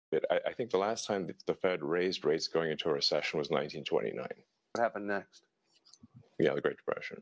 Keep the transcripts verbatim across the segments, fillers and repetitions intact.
But I, I think the last time the Fed raised rates going into a recession was nineteen twenty-nine. What happened next? Yeah, the Great Depression.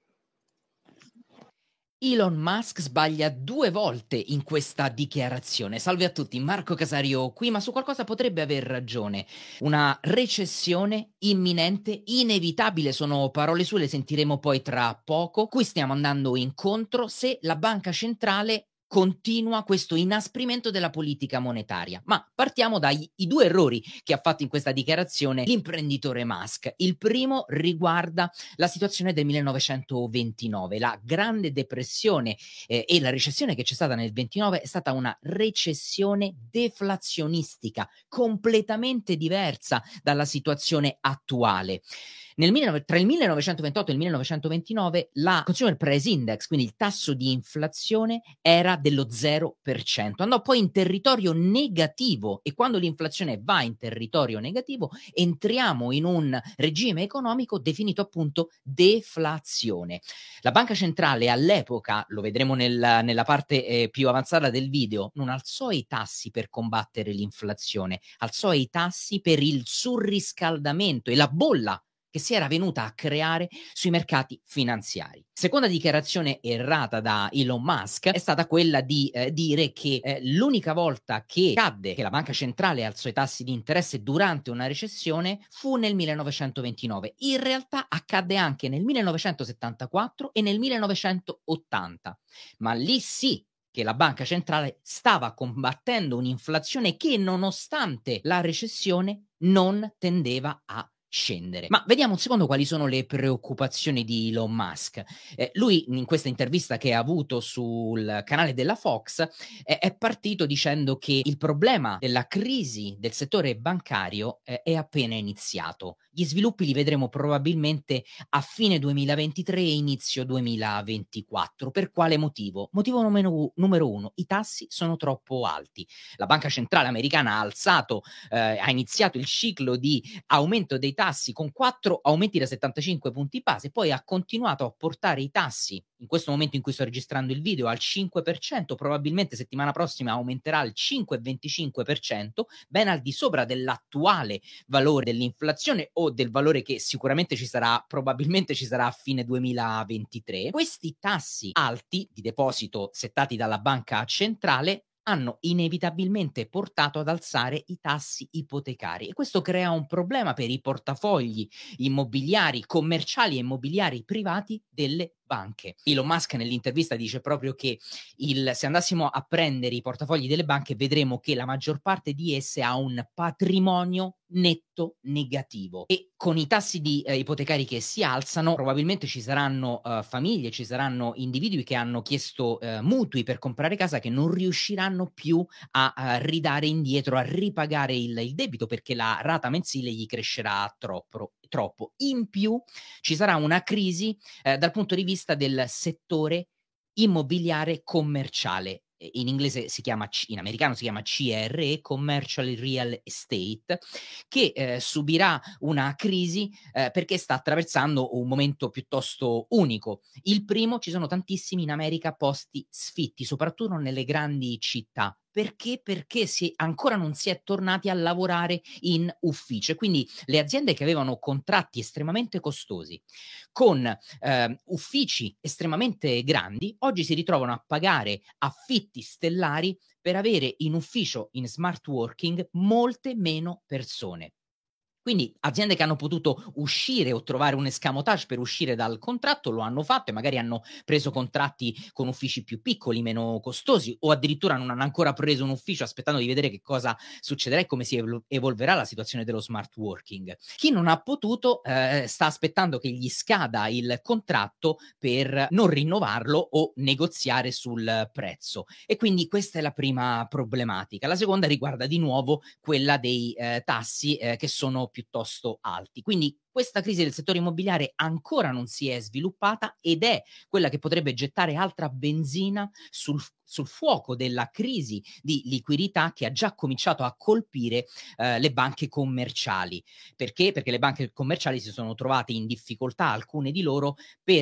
Elon Musk sbaglia due volte in questa dichiarazione. Salve a tutti, Marco Casario qui, ma su qualcosa potrebbe aver ragione. Una recessione imminente, inevitabile, sono parole sue, le sentiremo poi tra poco, cui stiamo andando incontro se la banca centrale continua questo inasprimento della politica monetaria. Ma partiamo dai i due errori che ha fatto in questa dichiarazione l'imprenditore Musk. Il primo riguarda la situazione del millenovecentoventinove. La Grande Depressione eh, e la recessione che c'è stata nel ventinove è stata una recessione deflazionistica, completamente diversa dalla situazione attuale. Nel, tra il millenovecentoventotto e il millenovecentoventinove la Consumer Price Index, quindi il tasso di inflazione, era dello zero per cento. Andò poi in territorio negativo e quando l'inflazione va in territorio negativo entriamo in un regime economico definito appunto deflazione. La banca centrale all'epoca, lo vedremo nel, nella parte eh, più avanzata del video, non alzò i tassi per combattere l'inflazione, alzò i tassi per il surriscaldamento e la bolla che si era venuta a creare sui mercati finanziari. Seconda dichiarazione errata da Elon Musk è stata quella di eh, dire che eh, l'unica volta che cadde, che la banca centrale alzò i tassi di interesse durante una recessione fu nel millenovecentoventinove. In realtà accadde anche nel millenovecentosettantaquattro e nel millenovecentottanta, ma lì sì che la banca centrale stava combattendo un'inflazione che nonostante la recessione non tendeva a scendere. Ma vediamo un secondo quali sono le preoccupazioni di Elon Musk. Eh, lui in questa intervista che ha avuto sul canale della Fox eh, è partito dicendo che il problema della crisi del settore bancario eh, è appena iniziato. Gli sviluppi li vedremo probabilmente a fine duemilaventitré e inizio duemilaventiquattro. Per quale motivo? Motivo numero, numero uno, i tassi sono troppo alti. La banca centrale americana ha alzato, eh, ha iniziato il ciclo di aumento dei tassi tassi con quattro aumenti da settantacinque punti base, poi ha continuato a portare i tassi, in questo momento in cui sto registrando il video, al cinque per cento, probabilmente settimana prossima aumenterà al cinque virgola venticinque per cento, ben al di sopra dell'attuale valore dell'inflazione o del valore che sicuramente ci sarà, probabilmente ci sarà a fine duemilaventitré. Questi tassi alti di deposito settati dalla banca centrale hanno inevitabilmente portato ad alzare i tassi ipotecari e questo crea un problema per i portafogli immobiliari commerciali e immobiliari privati delle banche. Elon Musk nell'intervista dice proprio che il, se andassimo a prendere i portafogli delle banche vedremo che la maggior parte di esse ha un patrimonio netto negativo e con i tassi di eh, ipotecari che si alzano probabilmente ci saranno uh, famiglie, ci saranno individui che hanno chiesto uh, mutui per comprare casa che non riusciranno più a, a ridare indietro, a ripagare il, il debito perché la rata mensile gli crescerà troppo. troppo. In più ci sarà una crisi eh, dal punto di vista del settore immobiliare commerciale. In inglese si chiama, in americano si chiama C R E, Commercial Real Estate, che eh, subirà una crisi eh, perché sta attraversando un momento piuttosto unico. Il primo, ci sono tantissimi in America posti sfitti, soprattutto nelle grandi città. Perché? Perché si, ancora non si è tornati a lavorare in ufficio. Quindi le aziende che avevano contratti estremamente costosi con eh, uffici estremamente grandi, oggi si ritrovano a pagare affitti stellari per avere in ufficio, in smart working, molte meno persone. Quindi aziende che hanno potuto uscire o trovare un escamotage per uscire dal contratto lo hanno fatto e magari hanno preso contratti con uffici più piccoli, meno costosi o addirittura non hanno ancora preso un ufficio aspettando di vedere che cosa succederà e come si evol- evolverà la situazione dello smart working. Chi non ha potuto eh, sta aspettando che gli scada il contratto per non rinnovarlo o negoziare sul prezzo e quindi questa è la prima problematica. La seconda riguarda di nuovo quella dei eh, tassi eh, che sono piuttosto alti. Quindi questa crisi del settore immobiliare ancora non si è sviluppata ed è quella che potrebbe gettare altra benzina sul, sul fuoco della crisi di liquidità che ha già cominciato a colpire eh, le banche commerciali. Perché? Perché le banche commerciali si sono trovate in difficoltà, alcune di loro, per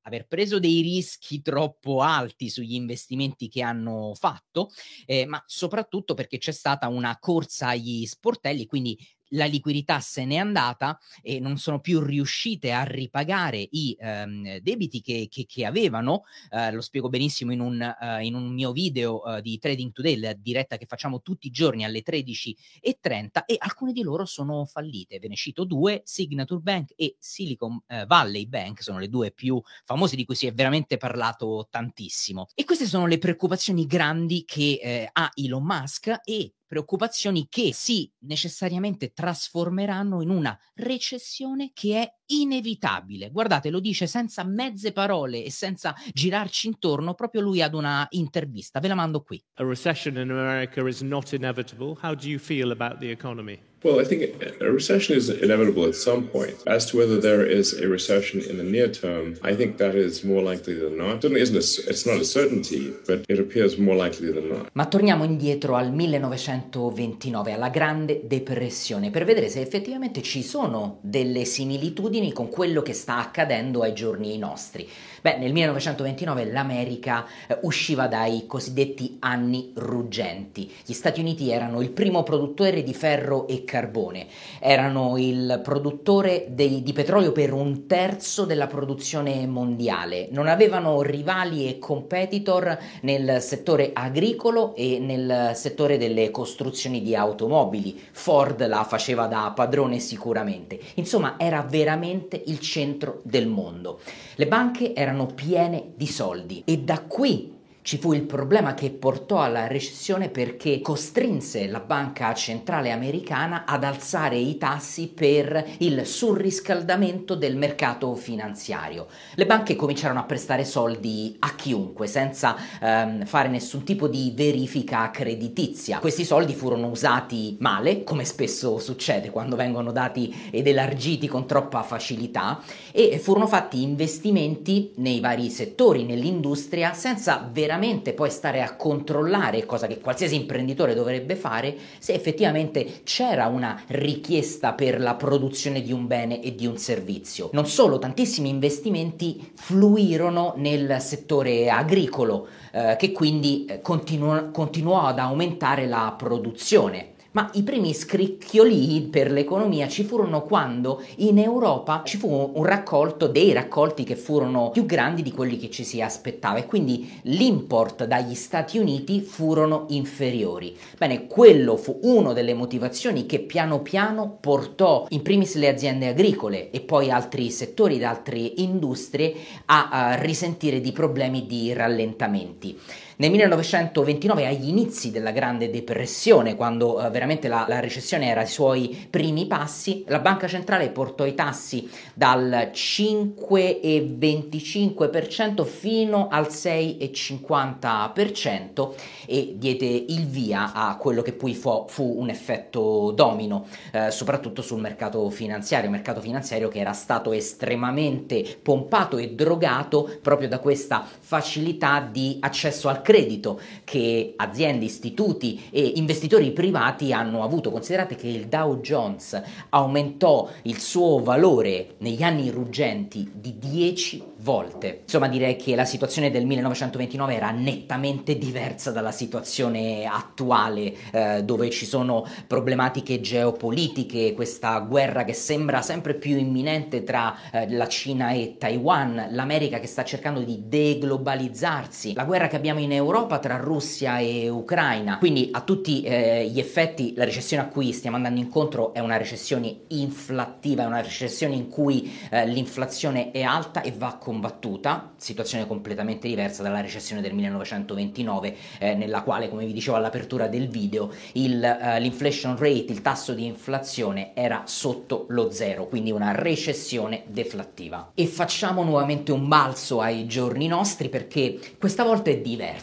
aver preso dei rischi troppo alti sugli investimenti che hanno fatto, eh, ma soprattutto perché c'è stata una corsa agli sportelli, quindi la liquidità se n'è andata e non sono più riuscite a ripagare i ehm, debiti che, che, che avevano. Eh, lo spiego benissimo in un, uh, in un mio video uh, di Trading Today, la diretta che facciamo tutti i giorni alle tredici e trenta, e alcune di loro sono fallite. Ve ne cito due: Signature Bank e Silicon uh, Valley Bank, sono le due più famose di cui si è veramente parlato tantissimo. E queste sono le preoccupazioni grandi che eh, ha Elon Musk, e preoccupazioni che si necessariamente trasformeranno in una recessione che è inevitabile. Guardate, lo dice senza mezze parole e senza girarci intorno, proprio lui ad una intervista. Ve la mando qui. A recession in America is not inevitable. How do you feel about the economy? Well, I think a recession is inevitable at some point. As to whether there is a recession in the near term, I think that is more likely than not. It certainly isn't a, it's not a certainty, but it appears more likely than not. Ma torniamo indietro al millenovecentoventinove, alla Grande Depressione, per vedere se effettivamente ci sono delle similitudini con quello che sta accadendo ai giorni nostri. Beh, nel millenovecentoventinove l'America eh, usciva dai cosiddetti anni ruggenti. Gli Stati Uniti erano il primo produttore di ferro e carbone, erano il produttore dei, di petrolio per un terzo della produzione mondiale, non avevano rivali e competitor nel settore agricolo e nel settore delle costruzioni di automobili. Ford la faceva da padrone sicuramente. Insomma, era veramente il centro del mondo. Le banche erano piene di soldi e da qui ci fu il problema che portò alla recessione, perché costrinse la banca centrale americana ad alzare i tassi per il surriscaldamento del mercato finanziario. Le banche cominciarono a prestare soldi a chiunque senza ehm, fare nessun tipo di verifica creditizia. Questi soldi furono usati male, come spesso succede quando vengono dati ed elargiti con troppa facilità, e furono fatti investimenti nei vari settori, nell'industria, senza veramente poi stare a controllare, cosa che qualsiasi imprenditore dovrebbe fare, se effettivamente c'era una richiesta per la produzione di un bene e di un servizio. Non solo, tantissimi investimenti fluirono nel settore agricolo, eh, che quindi eh, continuò, continuò ad aumentare la produzione. Ma i primi scricchioli per l'economia ci furono quando in Europa ci fu un raccolto, dei raccolti che furono più grandi di quelli che ci si aspettava, e quindi l'import dagli Stati Uniti furono inferiori. Bene, quello fu una delle motivazioni che piano piano portò in primis le aziende agricole e poi altri settori ed altre industrie a, a risentire di problemi di rallentamenti. Nel millenovecentoventinove, agli inizi della Grande Depressione, quando eh, veramente la, la recessione era ai suoi primi passi, la banca centrale portò i tassi dal cinque virgola venticinque per cento fino al sei virgola cinquanta per cento e diede il via a quello che poi fu, fu un effetto domino, eh, soprattutto sul mercato finanziario, mercato finanziario che era stato estremamente pompato e drogato proprio da questa facilità di accesso al credito che aziende, istituti e investitori privati hanno avuto. Considerate che il Dow Jones aumentò il suo valore negli anni ruggenti di dieci volte. Insomma, direi che la situazione del millenovecentoventinove era nettamente diversa dalla situazione attuale, eh, dove ci sono problematiche geopolitiche, questa guerra che sembra sempre più imminente tra eh, la Cina e Taiwan, l'America che sta cercando di deglobalizzarsi, la guerra che abbiamo in Europa tra Russia e Ucraina. Quindi a tutti eh, gli effetti la recessione a cui stiamo andando incontro è una recessione inflattiva, è una recessione in cui eh, l'inflazione è alta e va combattuta, situazione completamente diversa dalla recessione del millenovecentoventinove, eh, nella quale, come vi dicevo all'apertura del video, il, eh, l'inflation rate, il tasso di inflazione era sotto lo zero, quindi una recessione deflattiva. E facciamo nuovamente un balzo ai giorni nostri, perché questa volta è diverso.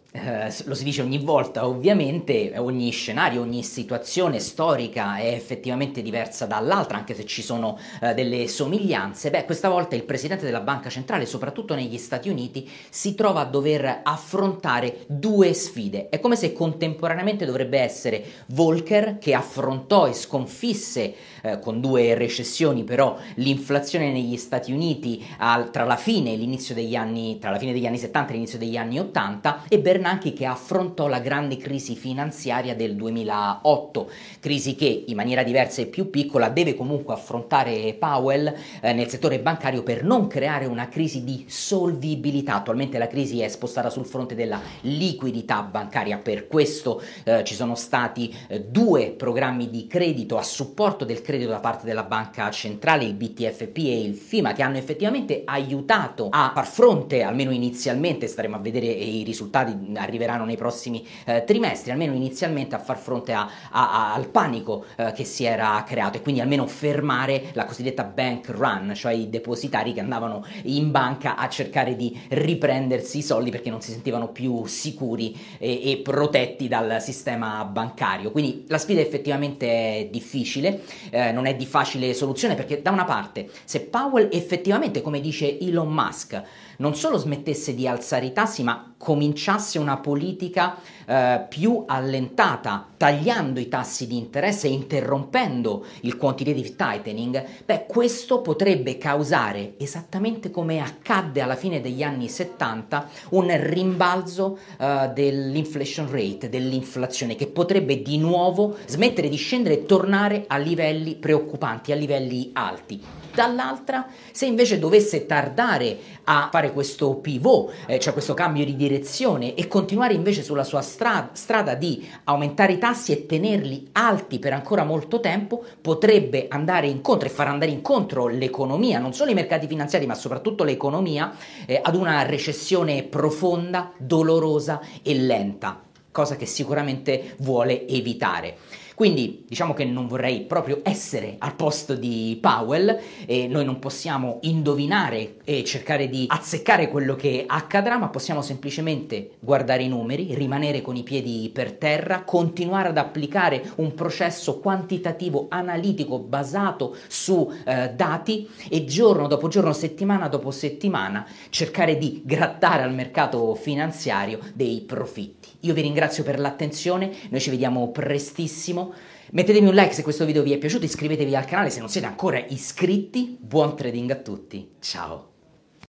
Eh, lo si dice ogni volta, ovviamente, ogni scenario, ogni situazione storica è effettivamente diversa dall'altra, anche se ci sono eh, delle somiglianze. Beh, questa volta il presidente della Banca Centrale, soprattutto negli Stati Uniti, si trova a dover affrontare due sfide. È come se contemporaneamente dovrebbe essere Volcker, che affrontò e sconfisse eh, con due recessioni però l'inflazione negli Stati Uniti al, tra la fine e l'inizio degli anni, tra la fine degli anni settanta e l'inizio degli anni ottanta, e Bernanke, che affrontò la grande crisi finanziaria del duemilaotto, crisi che in maniera diversa e più piccola deve comunque affrontare Powell eh, nel settore bancario per non creare una crisi di solvibilità. Attualmente la crisi è spostata sul fronte della liquidità bancaria, per questo eh, ci sono stati eh, due programmi di credito a supporto del credito da parte della Banca Centrale, il B T F P e il FIMA, che hanno effettivamente aiutato a far fronte, almeno inizialmente, staremo a vedere i risultati arriveranno nei prossimi eh, trimestri, almeno inizialmente a far fronte a, a, a, al panico eh, che si era creato, e quindi almeno fermare la cosiddetta bank run, cioè i depositari che andavano in banca a cercare di riprendersi i soldi perché non si sentivano più sicuri e, e protetti dal sistema bancario. Quindi la sfida effettivamente è difficile, eh, non è di facile soluzione, perché da una parte, se Powell effettivamente, come dice Elon Musk, non solo smettesse di alzare i tassi, ma cominciasse una politica eh, più allentata, tagliando i tassi di interesse e interrompendo il quantitative tightening, beh, questo potrebbe causare, esattamente come accadde alla fine degli anni settanta, un rimbalzo eh, dell'inflation rate, dell'inflazione, che potrebbe di nuovo smettere di scendere e tornare a livelli preoccupanti, a livelli alti. Dall'altra, se invece dovesse tardare a fare questo pivot, eh, cioè questo cambio di direzione, e continuare invece sulla sua stra- strada di aumentare i tassi e tenerli alti per ancora molto tempo, potrebbe andare incontro e far andare incontro l'economia, non solo i mercati finanziari ma soprattutto l'economia, eh, ad una recessione profonda, dolorosa e lenta, cosa che sicuramente vuole evitare. Quindi diciamo che non vorrei proprio essere al posto di Powell, e noi non possiamo indovinare e cercare di azzeccare quello che accadrà, ma possiamo semplicemente guardare i numeri, rimanere con i piedi per terra, continuare ad applicare un processo quantitativo analitico basato su eh, dati, e giorno dopo giorno, settimana dopo settimana, cercare di grattare al mercato finanziario dei profitti. Io vi ringrazio per l'attenzione, noi ci vediamo prestissimo. Mettetemi un like se questo video vi è piaciuto, iscrivetevi al canale se non siete ancora iscritti. Buon trading a tutti, ciao!